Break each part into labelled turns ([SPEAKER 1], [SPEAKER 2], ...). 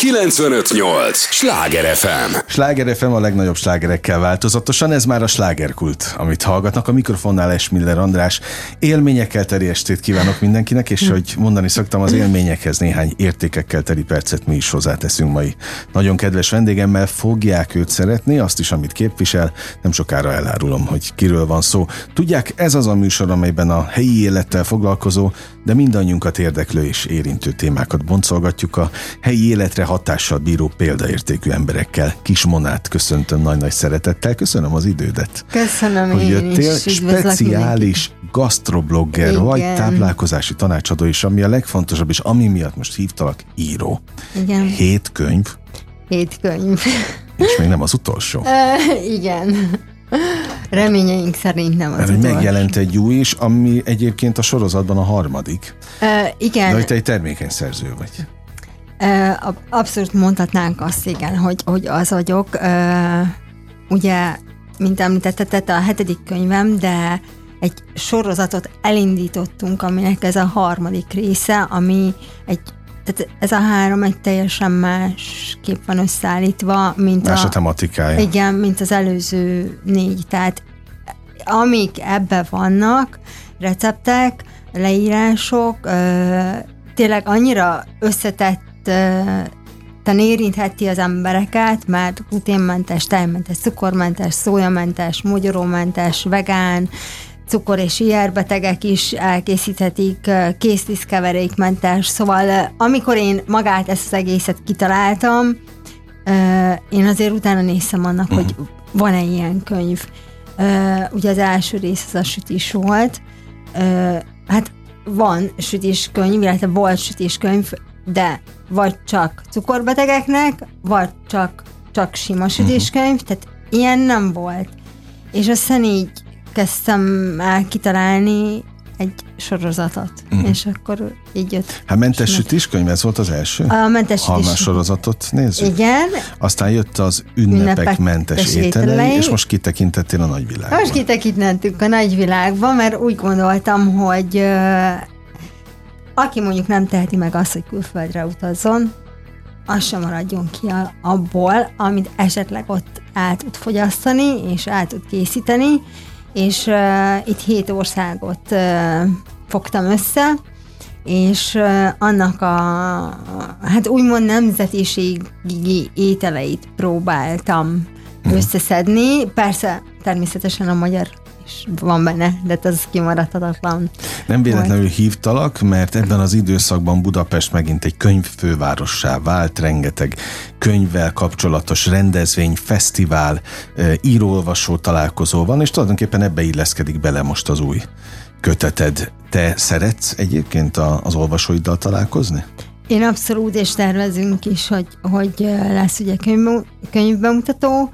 [SPEAKER 1] 95.8 Sláger FM.
[SPEAKER 2] Sláger FM a legnagyobb slágerekkel változatosan, ez már a slágerkult, amit hallgatnak. A mikrofonnál Esmiller András. Élményekkel teli estét kívánok mindenkinek, és hogy mondani szoktam, az élményekhez néhány értékekkel teli percet mi is hozzáteszünk mai. Nagyon kedves vendégemmel, fogják őt szeretni, azt is, amit képvisel. Nem sokára elárulom, hogy kiről van szó. Tudják, ez az a műsor, amelyben a helyi élettel foglalkozó, de mindannyiunkat érdeklő és érintő témákat boncolgatjuk a helyi életre hatással bíró példaértékű emberekkel. Kis Monát köszöntöm nagy-nagy szeretettel, köszönöm az idődet.
[SPEAKER 3] Köszönöm,
[SPEAKER 2] hogy
[SPEAKER 3] én
[SPEAKER 2] jöttél.
[SPEAKER 3] is.
[SPEAKER 2] Speciális gasztroblogger vagy, táplálkozási tanácsadó, és ami a legfontosabb, és ami miatt most hívtalak, író.
[SPEAKER 3] Igen.
[SPEAKER 2] 7 könyv.
[SPEAKER 3] 7 könyv.
[SPEAKER 2] És még nem az utolsó.
[SPEAKER 3] Igen. Reményeink szerint nem az
[SPEAKER 2] Mert
[SPEAKER 3] utolsó.
[SPEAKER 2] megjelent egy új is, ami egyébként a sorozatban a harmadik.
[SPEAKER 3] Igen.
[SPEAKER 2] De hogy te egy termékeny szerző vagy.
[SPEAKER 3] Abszolút mondhatnánk azt, igen, hogy az vagyok. Ugye, mint említetted, a 7. könyvem, de egy sorozatot elindítottunk, aminek ez a harmadik része, ami tehát ez a 3 egy teljesen másképp van összeállítva, mint
[SPEAKER 2] Más a tematikája.
[SPEAKER 3] Igen, mint az előző 4. Tehát amik ebbe vannak, receptek, leírások, tényleg annyira összetetten érintheti az embereket, mert gluténmentes, tejmentes, cukormentes, szójamentes, mogyorómentes, vegán, cukor- és ijerbetegek is elkészíthetik, készliszkeverékmentes, szóval amikor én magát ezt az egészet kitaláltam, én azért utána néztem annak, hogy van-e ilyen könyv. Ugye az első rész az a sütis volt, hát van sütiskönyv, illetve volt sütiskönyv, de vagy csak cukorbetegeknek, vagy csak sima sütiskönyv, tehát ilyen nem volt. És aztán így kezdtem el kitalálni egy sorozatot, és akkor így jött.
[SPEAKER 2] Hát mentes sütiskönyv, ez volt az első?
[SPEAKER 3] A mentes
[SPEAKER 2] Halmás sorozatot nézzük.
[SPEAKER 3] Igen.
[SPEAKER 2] Aztán jött az ünnepek mentes ételei, és most kitekintettél a nagyvilágba.
[SPEAKER 3] Most kitekintettünk a nagyvilágba, mert úgy gondoltam, hogy aki mondjuk nem teheti meg azt, hogy külföldre utazzon, az sem maradjon ki abból, amit esetleg ott el tud fogyasztani, és el tud készíteni, és itt 7 országot fogtam össze, és annak hát úgymond nemzetiségi ételeit próbáltam összeszedni. Persze, természetesen a magyar is van benne, de ez kimaradhatatlan.
[SPEAKER 2] Nem véletlenül hívtalak, mert ebben az időszakban Budapest megint egy könyvfővárossá vált, rengeteg könyvvel kapcsolatos rendezvény, fesztivál, író-olvasó találkozó van, és tulajdonképpen ebbe illeszkedik bele most az új köteted. Te szeretsz egyébként az olvasóiddal találkozni?
[SPEAKER 3] Én abszolút, és tervezünk is, hogy lesz ugye könyvbemutató,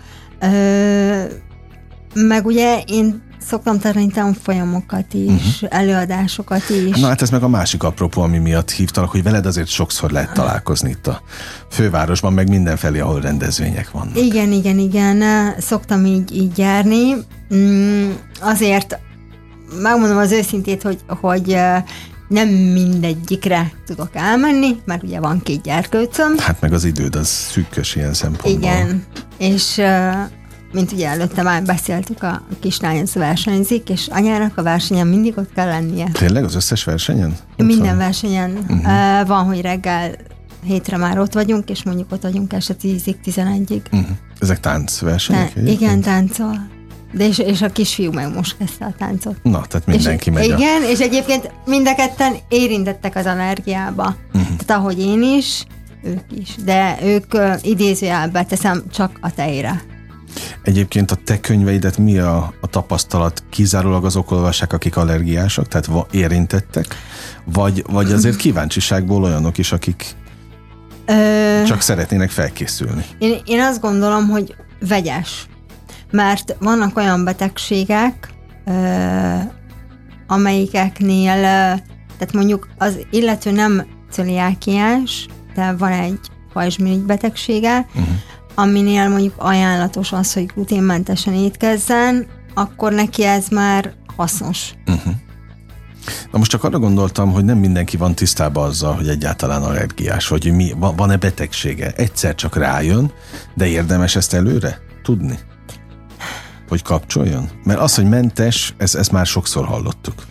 [SPEAKER 3] meg ugye én szoktam tartani tanfolyamokat is, előadásokat is.
[SPEAKER 2] Na hát ez meg a másik apropó, ami miatt hívtalak, hogy veled azért sokszor lehet találkozni itt a fővárosban, meg mindenfelé, ahol rendezvények vannak.
[SPEAKER 3] Igen, szoktam így járni. Azért megmondom az őszintét, hogy nem mindegyikre tudok elmenni, mert ugye van 2 gyerkőcöm.
[SPEAKER 2] Hát meg az időd az szűkös ilyen szempontból.
[SPEAKER 3] Igen, és mint ugye előtte már beszéltük, a kislány az versenyzik, és anyának a versenyen mindig ott kell lennie.
[SPEAKER 2] Tényleg az összes versenyen?
[SPEAKER 3] Minden versenyen. Van, hogy reggel 7-re már ott vagyunk, és mondjuk ott vagyunk este 10-ig, 11-ig.
[SPEAKER 2] Ezek táncversenyek?
[SPEAKER 3] Igen, táncol. De és a kisfiú meg most kezdte a táncot.
[SPEAKER 2] Na, tehát mindenki megy.
[SPEAKER 3] Igen, és egyébként mind a ketten érintettek az allergiába. Tehát ahogy én is, ők is. De ők idézőjelbe teszem csak a tejre.
[SPEAKER 2] Egyébként a te könyveidet mi a tapasztalat? Kizárólag azok olvassák, akik allergiások, tehát érintettek? Vagy azért kíváncsiságból olyanok is, akik csak szeretnének felkészülni?
[SPEAKER 3] Én azt gondolom, hogy vegyes. Mert vannak olyan betegségek, amelyikeknél, tehát mondjuk az illető nem cöliákiás, de van egy pajzsmirigy betegsége, aminél mondjuk ajánlatos az, hogy gluténmentesen étkezzen, akkor neki ez már hasznos.
[SPEAKER 2] Na most csak arra gondoltam, hogy nem mindenki van tisztában azzal, hogy egyáltalán allergiás, vagy hogy van-e betegsége. Egyszer csak rájön, de érdemes ezt előre tudni? Hogy kapcsoljon? Mert az, hogy mentes, ezt már sokszor hallottuk.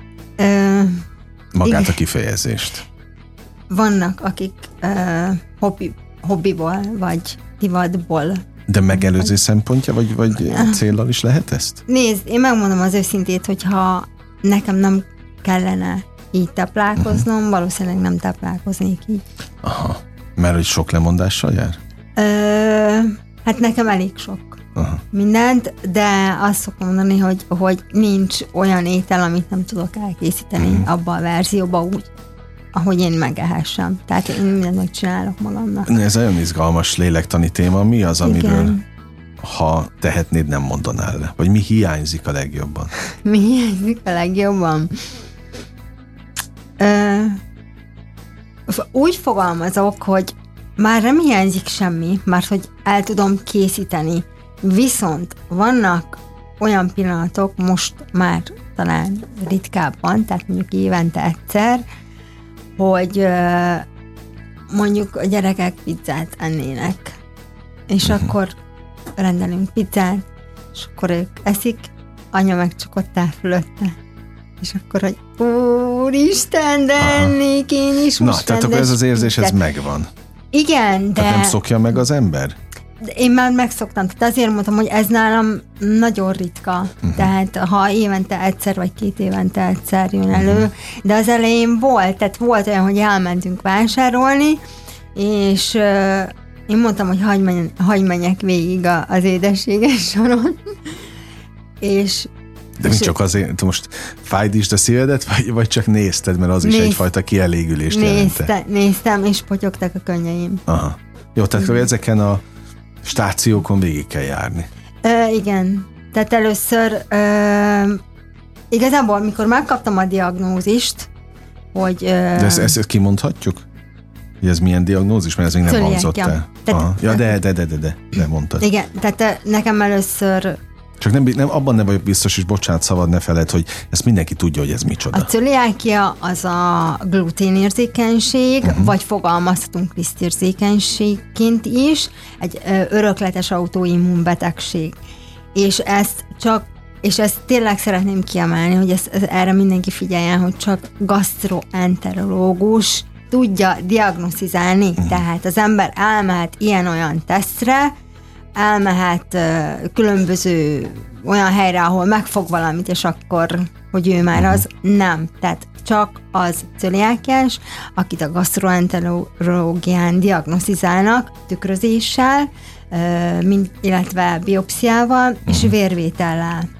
[SPEAKER 2] Magát igen. A kifejezést.
[SPEAKER 3] Vannak, akik hobbiból, vagy divatból.
[SPEAKER 2] De megelőző szempontja, vagy céllal is lehet ezt?
[SPEAKER 3] Nézd, én megmondom az őszintét, hogyha nekem nem kellene így táplálkoznom, valószínűleg nem táplálkoznék így.
[SPEAKER 2] Aha. Mert hogy sok lemondással jár?
[SPEAKER 3] Hát nekem elég sok. Aha. Mindent, de azt szoktam mondani, hogy nincs olyan étel, amit nem tudok elkészíteni abban a verzióban úgy, ahogy én megehessem. Tehát én mindent megcsinálok magamnak.
[SPEAKER 2] Ez olyan izgalmas lélektani téma. Mi az, amiről, igen. Ha tehetnéd, nem mondanál le? Vagy mi hiányzik a legjobban?
[SPEAKER 3] Mi hiányzik a legjobban? Úgy fogalmazok, hogy már nem hiányzik semmi, mert hogy el tudom készíteni. Viszont vannak olyan pillanatok, most már talán ritkábban, tehát mondjuk évente egyszer, hogy mondjuk a gyerekek pizzát ennének, és akkor rendelünk pizzát, és akkor ők eszik, anya meg csak ott áll fölötte. És akkor, hogy úristen, de ennék én is most.
[SPEAKER 2] Na, tehát akkor ez az érzés, ez megvan.
[SPEAKER 3] Igen, de...
[SPEAKER 2] Tehát nem szokja meg az ember?
[SPEAKER 3] Én már megszoktam, tehát azért mondtam, hogy ez nálam nagyon ritka. Tehát ha évente egyszer, vagy 2 évente egyszer jön elő, de az elején tehát volt olyan, hogy elmentünk vásárolni, és én mondtam, hogy hagyj menjek végig az édességes soron.
[SPEAKER 2] De mi csak azért, most fájd is a szívedet, vagy csak nézted, mert az is egyfajta kielégülést jelente?
[SPEAKER 3] Néztem, és potyogtak a könnyeim.
[SPEAKER 2] Aha. Jó, tehát ezeken a stációkon végig kell járni.
[SPEAKER 3] Igen. Tehát először igazából, amikor megkaptam a diagnózist, hogy...
[SPEAKER 2] De ezt kimondhatjuk? Hogy ez milyen diagnózis? Mert ez még nem hangzott el. Ja, de mondtad.
[SPEAKER 3] Igen, tehát nekem először...
[SPEAKER 2] Csak nem, abban nem vagyok biztos, és bocsánat, szabad ne feled, hogy ezt mindenki tudja, hogy ez micsoda.
[SPEAKER 3] A cöliákia az a gluténérzékenység, vagy fogalmazhatunk lisztérzékenységként is, egy örökletes autoimmunbetegség. És ezt tényleg szeretném kiemelni, hogy erre mindenki figyeljen, hogy csak gastroenterológus tudja diagnosztizálni. Tehát az ember elmehet ilyen-olyan tesztre, elmehet különböző olyan helyre, ahol megfog valamit, és akkor, hogy ő már az, nem. Tehát csak az cöliákiás, akit a gastroenterológián diagnosztizálnak tükrözéssel, illetve biopsziával és vérvétellel.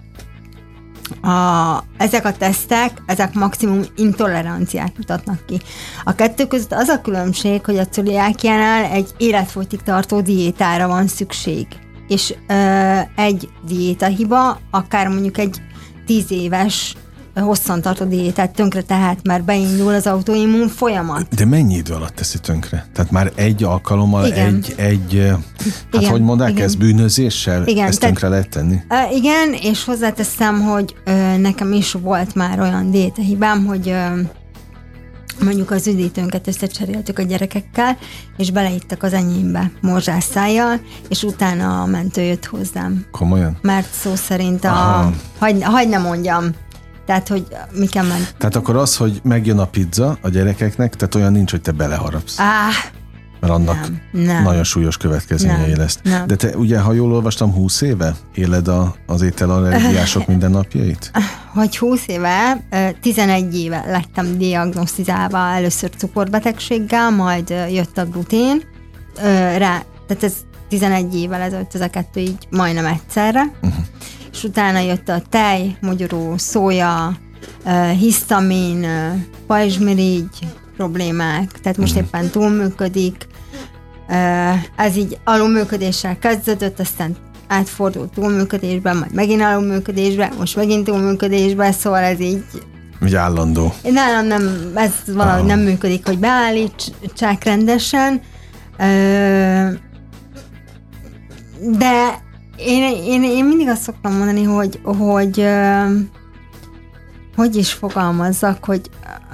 [SPEAKER 3] Ezek a tesztek, ezek maximum intoleranciát mutatnak ki. A kettő között az a különbség, hogy a cöliákiánál egy életfogytig tartó diétára van szükség. És egy diétahiba, akár mondjuk egy 10 éves hosszantartó diétát tönkre tehet, mert beindul az autoimmun folyamat.
[SPEAKER 2] De mennyi idő alatt teszi tönkre? Tehát már egy alkalommal hát hogy mondják, ez bűnözéssel? Ezt tönkre lehet tenni?
[SPEAKER 3] Igen, és hozzáteszem, hogy nekem is volt már olyan diétahibám, hogy mondjuk az üdítőnket összecseréltük a gyerekekkel, és beleittak az enyémbe morzsás szájjal, és utána a mentő jött hozzám.
[SPEAKER 2] Komolyan?
[SPEAKER 3] Mert szó szerint hagy ne mondjam. Tehát, hogy mi kell menni.
[SPEAKER 2] Tehát akkor az, hogy megjön a pizza a gyerekeknek, tehát olyan nincs, hogy te beleharapsz. Mert annak nem. Nagyon súlyos következményei lesz. Nem. De te ugye, ha jól olvastam, 20 éve éled az ételallergiások mindennapjait?
[SPEAKER 3] Hogy 20 éve, 11 éve lettem diagnosztizálva először cukorbetegséggel, majd jött a glutén rá, tehát ez 11 évvel ezelőtt ez a kettő így majdnem egyszerre. És utána jött a tej, mogyoró, szója, hisztamin, pajzsmirigy problémák, tehát most éppen túlműködik. Ez így alulműködéssel kezdődött, aztán átfordult túlműködésben, majd megint alulműködésben, most megint túlműködésben, szóval ez így...
[SPEAKER 2] Úgy állandó.
[SPEAKER 3] Nálam nem, ez valahogy nem működik, hogy beállítsák rendesen, de én mindig azt szoktam mondani, hogy hogy is fogalmazzak, hogy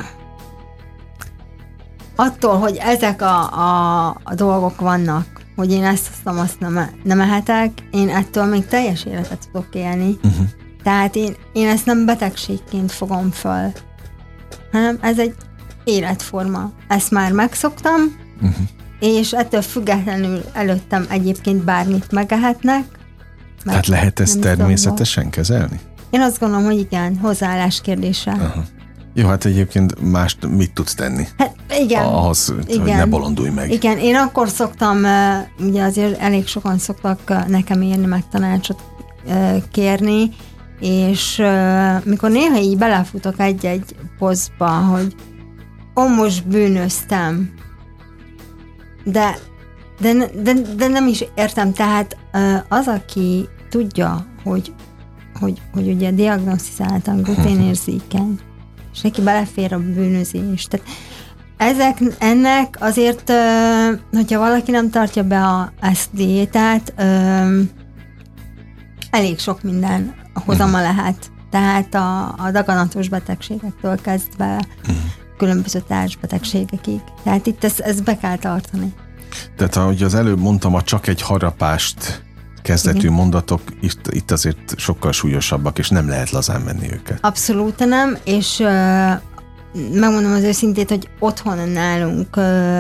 [SPEAKER 3] attól, hogy ezek a dolgok vannak, hogy én ezt hoztam, azt nem ehetek, én ettől még teljes életet tudok élni. Tehát én ezt nem betegségként fogom föl, hanem ez egy életforma. Ezt már megszoktam, és ettől függetlenül előttem egyébként bármit megehetnek.
[SPEAKER 2] Tehát lehet ezt természetesen kezelni?
[SPEAKER 3] Én azt gondolom, hogy igen, hozzáállás kérdése.
[SPEAKER 2] Aha. Jó, hát egyébként mást mit tudsz tenni?
[SPEAKER 3] Hát igen.
[SPEAKER 2] Ahhoz, hogy ne bolondulj meg.
[SPEAKER 3] Igen, én akkor szoktam, ugye azért elég sokan szoktak nekem írni, meg tanácsot kérni, és mikor néha így belefutok egy posztba, hogy most bűnöztem, de nem is értem, tehát az, aki tudja, hogy ugye diagnosztizáltan gluténérzékeny, és neki belefér a bűnözés. Tehát ennek azért, hogyha valaki nem tartja be ezt a diétát, elég sok minden hozama lehet. Tehát a daganatos betegségektől kezdve különböző társbetegségekig. Tehát itt ezt be kell tartani.
[SPEAKER 2] Tehát ahogy az előbb mondtam, a csak egy harapást kezdetű mondatok itt azért sokkal súlyosabbak, és nem lehet lazán venni őket.
[SPEAKER 3] Abszolút nem, és megmondom az őszintét, hogy otthon nálunk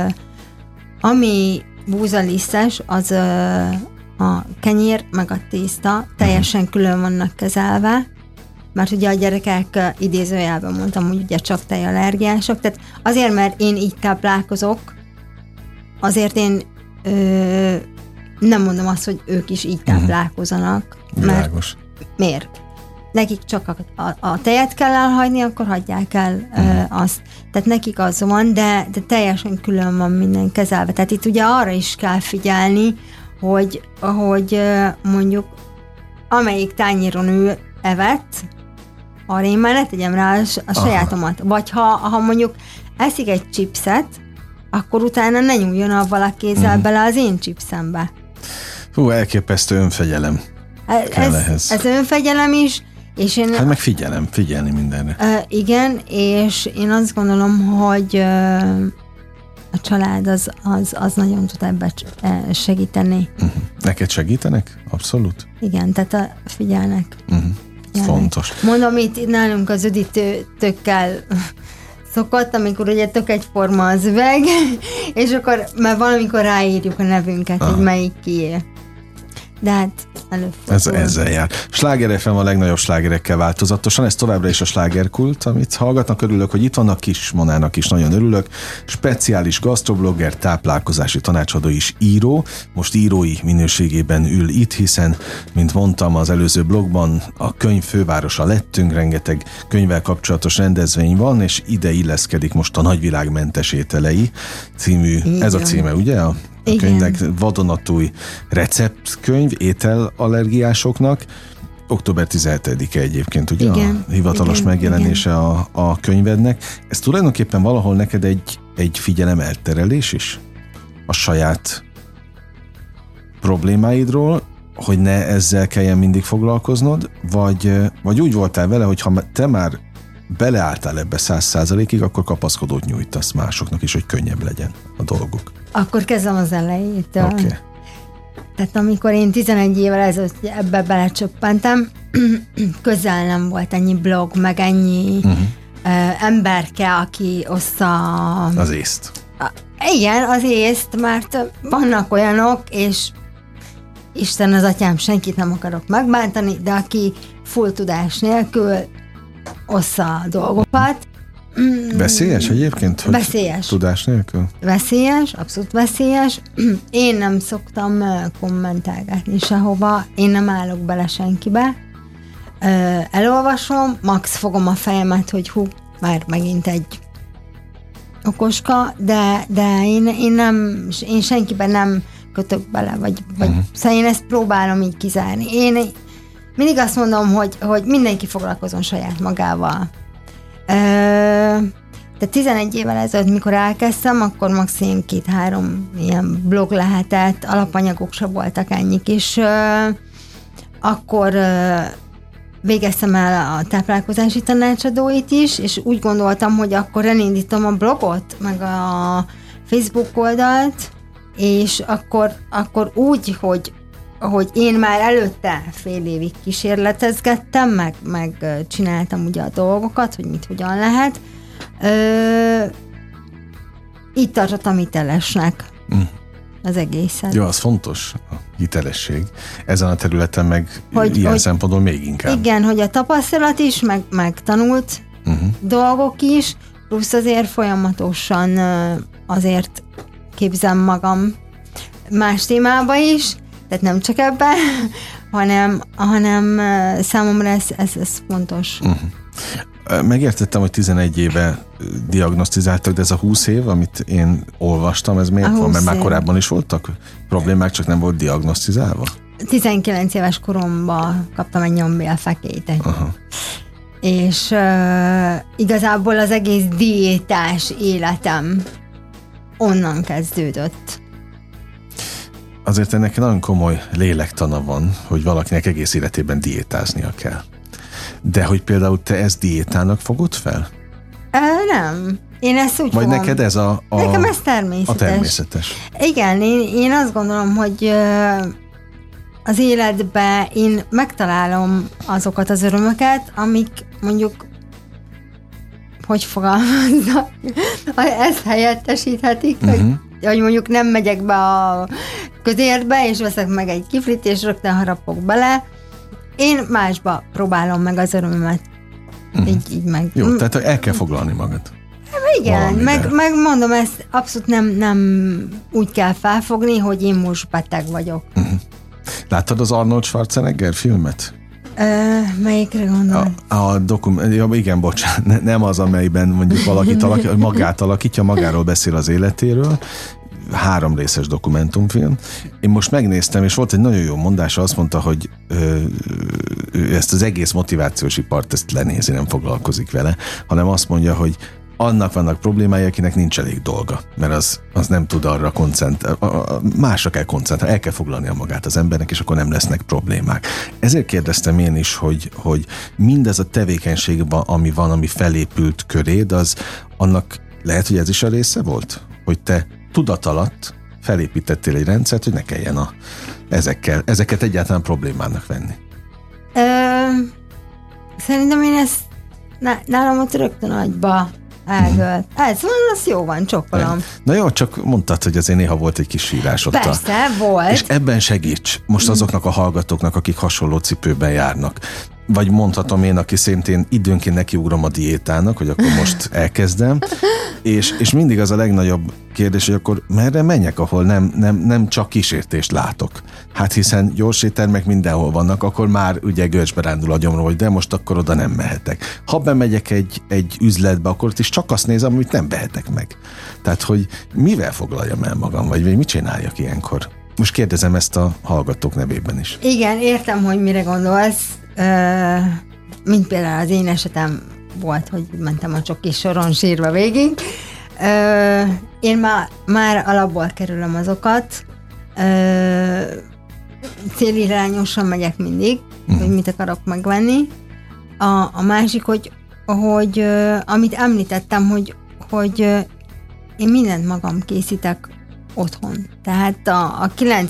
[SPEAKER 3] ami búzalisztes, az a kenyér meg a tészta teljesen külön vannak kezelve, mert ugye a gyerekek idézőjelben mondtam, hogy ugye csak tejallergiások, tehát azért, mert én így táplálkozok, azért én nem mondom azt, hogy ők is így táplálkozanak.
[SPEAKER 2] Világos.
[SPEAKER 3] Miért? Nekik csak a tejet kell elhagyni, akkor hagyják el azt. Tehát nekik az van, de teljesen külön van minden kezelve. Tehát itt ugye arra is kell figyelni, hogy mondjuk amelyik tányéron ő evett, arra én már ne tegyem rá a sajátomat. Vagy ha mondjuk eszik egy chipset, akkor utána ne nyúljon avval a kézzel bele az én chipsembe.
[SPEAKER 2] Hú, elképesztő önfegyelem kell ehhez. Ez
[SPEAKER 3] önfegyelem is, és én...
[SPEAKER 2] Hát meg figyelni mindenre.
[SPEAKER 3] Igen, és én azt gondolom, hogy a család az nagyon tud ebben segíteni.
[SPEAKER 2] Neked segítenek? Abszolút?
[SPEAKER 3] Igen, tehát figyelnek.
[SPEAKER 2] Fontos.
[SPEAKER 3] Mondom, itt nálunk az üdítőkkel szokott, amikor ugye tök egyforma az üveg, és akkor már valamikor ráírjuk a nevünket, hogy melyik kié. De hát előfordul.
[SPEAKER 2] Ezzel jár. Sláger FM a legnagyobb slágerekkel változatosan, ez továbbra is a slágerkult, amit hallgatnak, örülök, hogy itt vannak, Kismonának is nagyon örülök. Speciális gasztroblogger, táplálkozási tanácsadó is író, most írói minőségében ül itt, hiszen, mint mondtam az előző blogban, a könyv fővárosa lettünk, rengeteg könyvvel kapcsolatos rendezvény van, és ide illeszkedik most a Nagyvilág mentes ételei című, ez a címe, ugye? A könyvnek vadonatúj receptkönyv ételallergiásoknak. Október 17-e egyébként, ugye? A hivatalos megjelenése a könyvednek. Ez tulajdonképpen valahol neked egy figyelem elterelés is? A saját problémáidról, hogy ne ezzel kelljen mindig foglalkoznod, vagy úgy voltál vele, hogy ha te már beleálltál ebbe 100%-ig, akkor kapaszkodót nyújtasz másoknak is, hogy könnyebb legyen a dolguk.
[SPEAKER 3] Akkor kezdem az elejétől.
[SPEAKER 2] Okay.
[SPEAKER 3] Tehát amikor én 11 évvel ezelőtt ebbe belecsöppentem, közel nem volt ennyi blog, meg ennyi emberke, aki oszta
[SPEAKER 2] az észt.
[SPEAKER 3] Igen, az észt, mert vannak olyanok, és Isten az atyám, senkit nem akarok megbántani, de aki full tudás nélkül ossza a dolgokat.
[SPEAKER 2] Veszélyes egyébként? Hogy
[SPEAKER 3] veszélyes.
[SPEAKER 2] Tudás nélkül?
[SPEAKER 3] Veszélyes, abszolút veszélyes. Én nem szoktam kommentálgatni sehova, én nem állok bele senkibe. Elolvasom, max fogom a fejemet, hogy már megint egy okoska, de én senkiben nem kötök bele, vagy szóval én ezt próbálom így kizárni. Én mindig azt mondom, hogy mindenki foglalkozon saját magával. Tehát 11 évvel ezelőtt, mikor elkezdtem, akkor maximum 2-3 ilyen blog lehetett, alapanyagok se voltak ennyik, és akkor végeztem el a táplálkozási tanácsadóit is, és úgy gondoltam, hogy akkor elindítom a blogot, meg a Facebook oldalt, és akkor úgy, hogy én már előtte fél évig kísérletezgettem, meg csináltam ugye a dolgokat, hogy mit hogyan lehet. Így tartottam hitelesnek az egészet.
[SPEAKER 2] Jó, az fontos, a hitelesség. Ezen a területen meg ilyen szempontból még inkább.
[SPEAKER 3] Igen, hogy a tapasztalat is, meg tanult dolgok is, plusz azért folyamatosan azért képzem magam más témába is, tehát nem csak ebben, hanem számomra ez fontos.
[SPEAKER 2] Megértettem, hogy 11 éve diagnosztizáltak, de ez a 20 év, amit én olvastam, ez miért van? Mert már korábban is voltak problémák, csak nem volt diagnosztizálva?
[SPEAKER 3] 19 éves koromban kaptam egy nyombélfekélyt. És igazából az egész diétás életem onnan kezdődött.
[SPEAKER 2] Azért ennek nagyon komoly lélektana van, hogy valakinek egész életében diétáznia kell. De hogy például te ezt diétának fogod fel?
[SPEAKER 3] Nem. Én ezt úgy
[SPEAKER 2] vagy
[SPEAKER 3] fogom.
[SPEAKER 2] Neked ez
[SPEAKER 3] Nekem ez természetes.
[SPEAKER 2] A természetes.
[SPEAKER 3] Igen, én azt gondolom, hogy az életben én megtalálom azokat az örömöket, amik mondjuk, hogy fogalmazzak, ezt helyettesíthetik, hogy mondjuk nem megyek be a közértbe, és veszek meg egy kiflit, és rögtön harapok bele. Én másba próbálom meg az örömömet. Így meg.
[SPEAKER 2] Jó, tehát el kell foglalni magad.
[SPEAKER 3] Igen, meg mondom, ezt abszolút nem úgy kell felfogni, hogy én most beteg vagyok.
[SPEAKER 2] Láttad az Arnold Schwarzenegger filmet?
[SPEAKER 3] Melyikre gondolsz?
[SPEAKER 2] Igen, bocsánat, nem az, amelyben mondjuk valakit magát alakítja, magáról beszél az életéről. 3 részes dokumentumfilm. Én most megnéztem, és volt egy nagyon jó mondása, azt mondta, hogy ő ezt az egész motivációs ipart ezt lenézi, nem foglalkozik vele, hanem azt mondja, hogy annak vannak problémái, akinek nincs elég dolga, mert az nem tud arra koncentrálni, másra kell koncentrálni, el kell foglalnia magát az embernek, és akkor nem lesznek problémák. Ezért kérdeztem én is, hogy mindez a tevékenység, ami felépült köréd, az annak lehet, hogy ez is a része volt? Hogy te tudat alatt felépítettél egy rendszert, hogy ne kelljen ezeket egyáltalán problémának venni.
[SPEAKER 3] Szerintem én ezt nálam ott rögtön agyba elgölt. Ez van, az jó van, csókolom.
[SPEAKER 2] Na jó, csak mondtad, hogy azért néha volt egy kis sírás ott.
[SPEAKER 3] Persze, volt.
[SPEAKER 2] És ebben segíts most azoknak a hallgatóknak, akik hasonló cipőben járnak. Vagy mondhatom én, aki szintén időnként nekiugrom a diétának, hogy akkor most elkezdem, és mindig az a legnagyobb kérdés, hogy akkor merre menjek, ahol nem csak kísértést látok. Hát hiszen gyors éttermek mindenhol vannak, akkor már ugye görcsbe rándul a gyomrom, hogy de most akkor oda nem mehetek. Ha bemegyek egy üzletbe, akkor ott is csak azt nézem, amit nem vehetek meg. Tehát, hogy mivel foglaljam el magam, vagy mit csináljak ilyenkor? Most kérdezem ezt a hallgatók nevében is.
[SPEAKER 3] Igen, értem, hogy mire gondolsz. Mint például az én esetem volt, hogy mentem a csokis soron sírva végig. Én már alapból kerülöm azokat. Célirányosan megyek mindig, hogy mit akarok megvenni. A másik, hogy amit említettem, hogy én mindent magam készítek otthon. Tehát a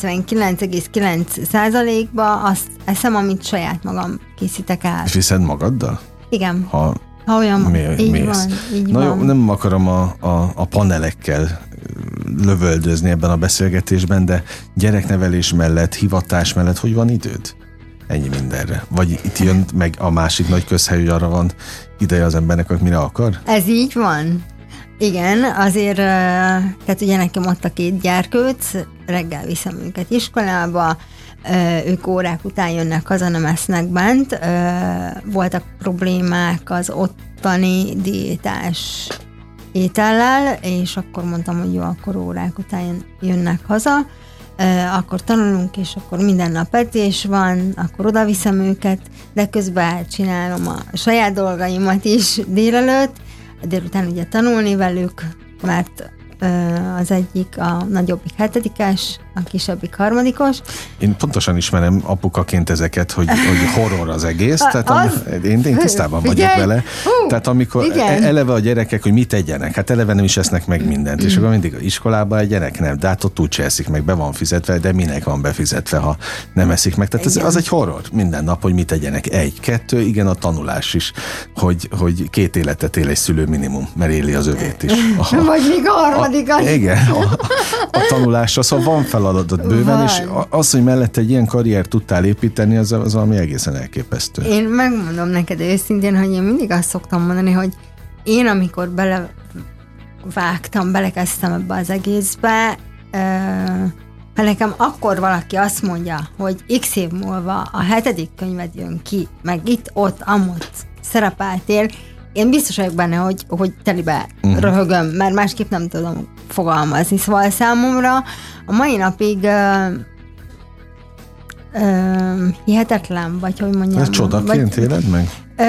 [SPEAKER 3] 99,9%-ba azt eszem, amit saját magam készítek el.
[SPEAKER 2] És viszed magaddal?
[SPEAKER 3] Igen. Ha olyan így van.
[SPEAKER 2] Jó, nem akarom a panelekkel lövöldözni ebben a beszélgetésben, de gyereknevelés mellett, hivatás mellett hogy van időd? Ennyi mindenre. Vagy itt jön meg a másik nagy közhely, hogy arra van ideje az embernek, hogy mire akar?
[SPEAKER 3] Ez így van. Igen, azért, tehát ugye nekem ott a 2 gyerkőc, reggel viszem őket iskolába, ők órák után jönnek haza, nem esznek bent. Voltak problémák az ottani diétás étellel, és akkor mondtam, hogy jó, akkor órák után jönnek haza, akkor tanulunk, és akkor minden nap edzés van, akkor oda viszem őket, de közben csinálom a saját dolgaimat is délelőtt, délután ugye tanulni velük, mert az egyik, a nagyobbik 7-es, a kisebbik harmadikos.
[SPEAKER 2] Én pontosan ismerem apukaként ezeket, hogy horror az egész, tehát én tisztában vagyok vele. Tehát amikor eleve a gyerekek, hogy mit tegyenek, hát eleve nem is esznek meg mindent, és akkor mindig az iskolában a gyerek nem, de hát ott úgy se eszik meg, be van fizetve, de minek van befizetve, ha nem eszik meg. Tehát az egy horror minden nap, hogy mit tegyenek. 1, 2, igen, a tanulás is, hogy 2 életet él egy szülő minimum, mert éli az övét is.
[SPEAKER 3] Vagy még a harmadikat.
[SPEAKER 2] Igen, a tanulásra, szóval van feladat bőven, és az, hogy mellette egy ilyen karriert tudtál építeni, az valami egészen elképesztő.
[SPEAKER 3] Én megmondom neked őszintén, hogy én mindig azt szoktam mondani, hogy én amikor belekezdtem ebbe az egészbe, ha nekem akkor valaki azt mondja, hogy x év múlva a 7. könyved jön ki, meg itt, ott, amott szerepeltél, én biztos vagyok benne, hogy telibe röhögöm, mert másképp nem tudom fogalmazni. Szóval számomra a mai napig hihetetlen, vagy hogy mondjam.
[SPEAKER 2] Ez csodaként éled meg?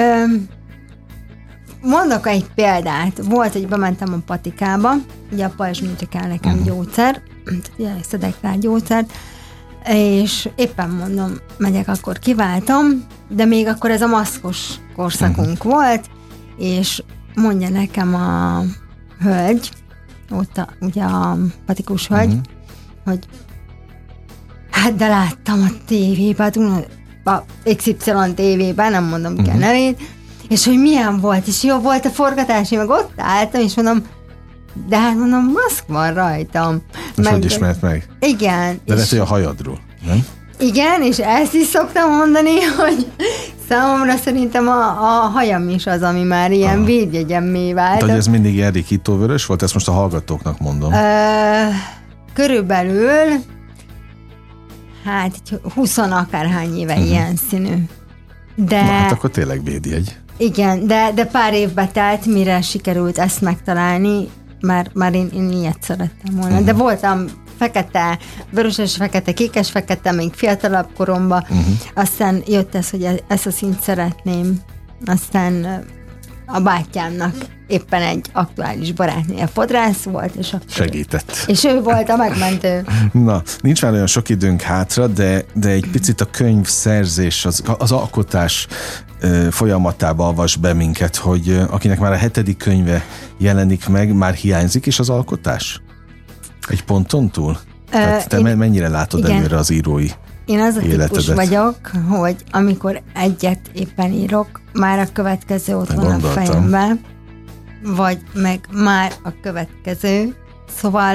[SPEAKER 3] Mondok egy példát. Volt, hogy bementem a patikába, ugye a pajzsmintja kell nekem gyógyszer, ugye szedek rá gyógyszert, és éppen mondom, megyek, akkor kiváltam, de még akkor ez a maszkos korszakunk volt, és mondja nekem a hölgy, ott ugye a patikus hölgy, hogy hát de láttam a tévében, a XY tévében, nem mondom ki a nevét, és hogy milyen volt, és jó volt a forgatás, én meg ott álltam, és mondom, de hát mondom, maszk van rajtam.
[SPEAKER 2] És hogy ismert meg?
[SPEAKER 3] Igen.
[SPEAKER 2] De lehet, hogy a hajadról, nem?
[SPEAKER 3] Igen, és ezt is szoktam mondani, hogy számomra szerintem a hajam is az, ami már ilyen védjegyemmé vált.
[SPEAKER 2] De hogy ez mindig ilyen rikítóvörös volt? Ezt most a hallgatóknak mondom.
[SPEAKER 3] Körülbelül hát 20 akárhány éve ilyen színű. De,
[SPEAKER 2] na hát akkor tényleg védjegy.
[SPEAKER 3] Igen, de pár évbe telt, mire sikerült ezt megtalálni, már én ilyet szerettem volna. De voltam fekete, vöröses fekete, kékes fekete, még fiatalabb koromban, aztán jött ez, hogy ezt a színt szeretném, aztán a bátyámnak éppen egy aktuális barátnője fodrász volt, és akkor
[SPEAKER 2] segített.
[SPEAKER 3] És ő volt a megmentő.
[SPEAKER 2] Na, nincs már olyan sok időnk hátra, de egy picit a könyvszerzés, az alkotás folyamatába avas be minket, hogy akinek már a 7. könyve jelenik meg, már hiányzik is az alkotás? Egy ponton túl? Tehát te mennyire látod előre az írói
[SPEAKER 3] én az a
[SPEAKER 2] életedet?
[SPEAKER 3] típus vagyok, hogy amikor egyet éppen írok, már a következő ott van a fejemben, vagy meg már a következő. Szóval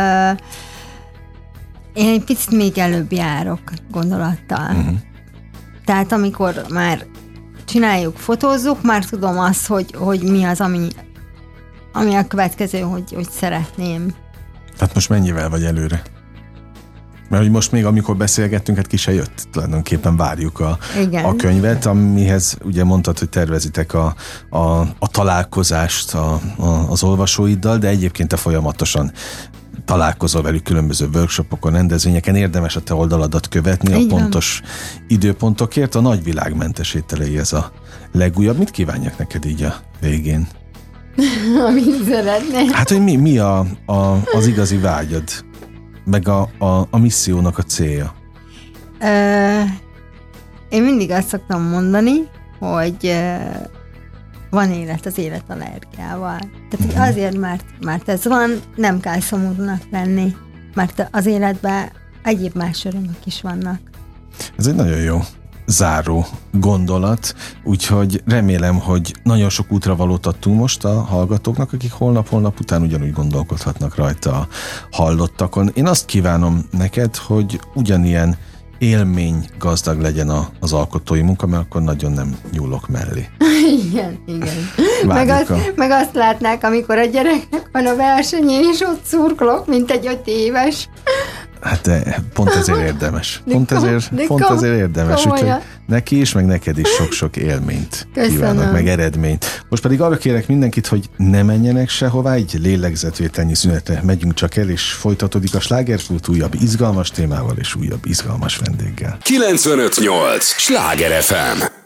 [SPEAKER 3] én egy picit még előbb járok gondolattal. Tehát amikor már csináljuk, fotózzuk, már tudom azt, hogy mi az, ami a következő, hogy szeretném.
[SPEAKER 2] Tehát most mennyivel vagy előre? Mert hogy most még, amikor beszélgettünk, hát ki se jött. Tulajdonképpen várjuk a könyvet, amihez ugye mondtad, hogy tervezitek a találkozást az olvasóiddal, de egyébként te folyamatosan találkozol velük különböző workshopokon, rendezvényeken, érdemes a te oldaladat követni a pontos időpontokért. A Nagyvilág mentesételei ez a legújabb. Mit kívánjak neked így a végén?
[SPEAKER 3] Amit szeretnél.
[SPEAKER 2] Hát, hogy mi az igazi vágyad, meg a missziónak a célja?
[SPEAKER 3] Én mindig azt szoktam mondani, hogy van élet az élet allergiával. Tehát azért, mert ez van, nem kell szomorúnak lenni, mert az életben egyéb más örömök is vannak.
[SPEAKER 2] Ez egy nagyon jó záró gondolat, úgyhogy remélem, hogy nagyon sok útravalót adtunk most a hallgatóknak, akik holnap után ugyanúgy gondolkodhatnak rajta a hallottakon. Én azt kívánom neked, hogy ugyanilyen élmény gazdag legyen az alkotói munka, mert akkor nagyon nem nyúlok mellé.
[SPEAKER 3] Igen. Meg azt látnák, amikor a gyereknek van a versenyén, és ott szurkolok, mint egy 5 éves.
[SPEAKER 2] Hát de pont ezért érdemes. Pont ezért érdemes. Úgyhogy neki is, meg neked is sok-sok élményt kívánok, meg eredményt. Most pedig arra kérek mindenkit, hogy ne menjenek sehová, így lélegzetvételnyi szünetre megyünk csak el, és folytatódik a Slágerkult újabb izgalmas témával és újabb izgalmas vendéggel.
[SPEAKER 1] 95.8 Sláger FM.